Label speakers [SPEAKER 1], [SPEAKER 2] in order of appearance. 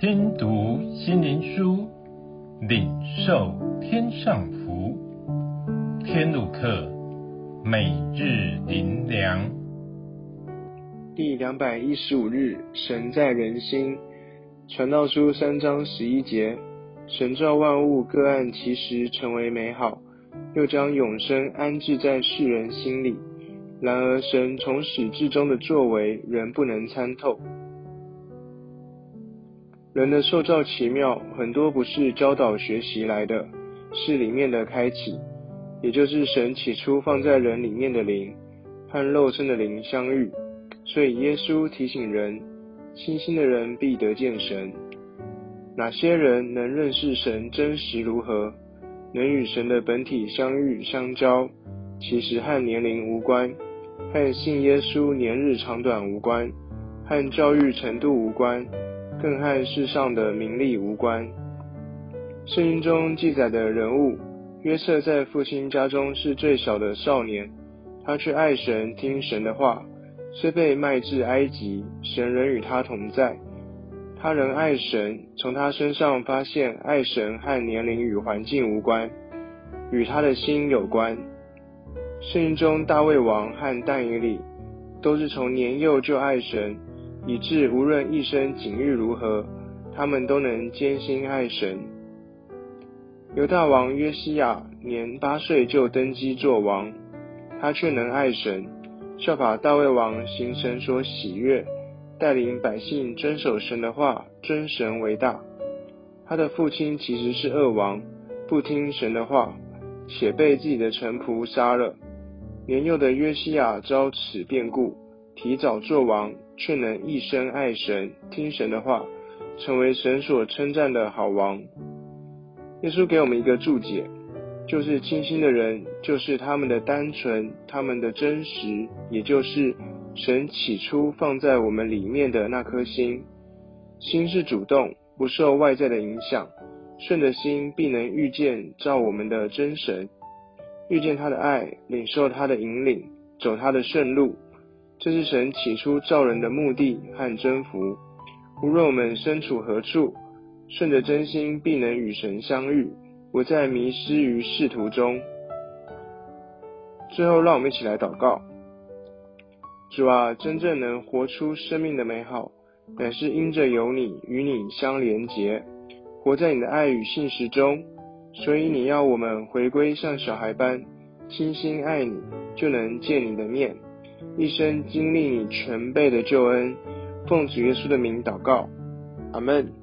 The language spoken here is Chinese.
[SPEAKER 1] 听读心灵书，领受天上福。天路客，每日灵粮。
[SPEAKER 2] 第215日，神在人心。传道书3章11节，神造万物各按其时成为美好，又将永生安置在世人心里。然而神从始至终的作为仍不能参透。人的受造奇妙，很多不是教导学习来的，是里面的开启，也就是神起初放在人里面的灵和肉身的灵相遇。所以耶稣提醒人，信心的人必得见神。哪些人能认识神真实如何，能与神的本体相遇相交，其实和年龄无关，和信耶稣年日长短无关，和教育程度无关，更和世上的名利无关。圣经中记载的人物，约瑟在父亲家中是最小的少年，他却爱神，听神的话，虽被卖至埃及，神仍与他同在。他仍爱神，从他身上发现爱神和年龄与环境无关，与他的心有关。圣经中大卫王和但以理都是从年幼就爱神，以致无论一生境遇如何，他们都能坚心爱神。犹大王约西亚年8岁就登基做王，他却能爱神，效法大卫王行神所喜悦，带领百姓遵守神的话，尊神为大。他的父亲其实是恶王，不听神的话，且被自己的臣仆杀了。年幼的约西亚遭此变故，提早做王，却能一生爱神，听神的话，成为神所称赞的好王。耶稣给我们一个注解，就是清心的人，就是他们的单纯，他们的真实，也就是神起初放在我们里面的那颗心。心是主动，不受外在的影响，顺着心必能遇见照我们的真神，遇见他的爱，领受他的引领，走他的圣路。这是神起初造人的目的和征服。无论我们身处何处，顺着真心必能与神相遇，不再迷失于仕途中。最后让我们一起来祷告。主啊，真正能活出生命的美好，乃是因着有你，与你相连结，活在你的爱与信实中。所以你要我们回归像小孩般倾心爱你，就能见你的面，一生经历你全备的救恩。奉主耶稣的名祷告，阿们。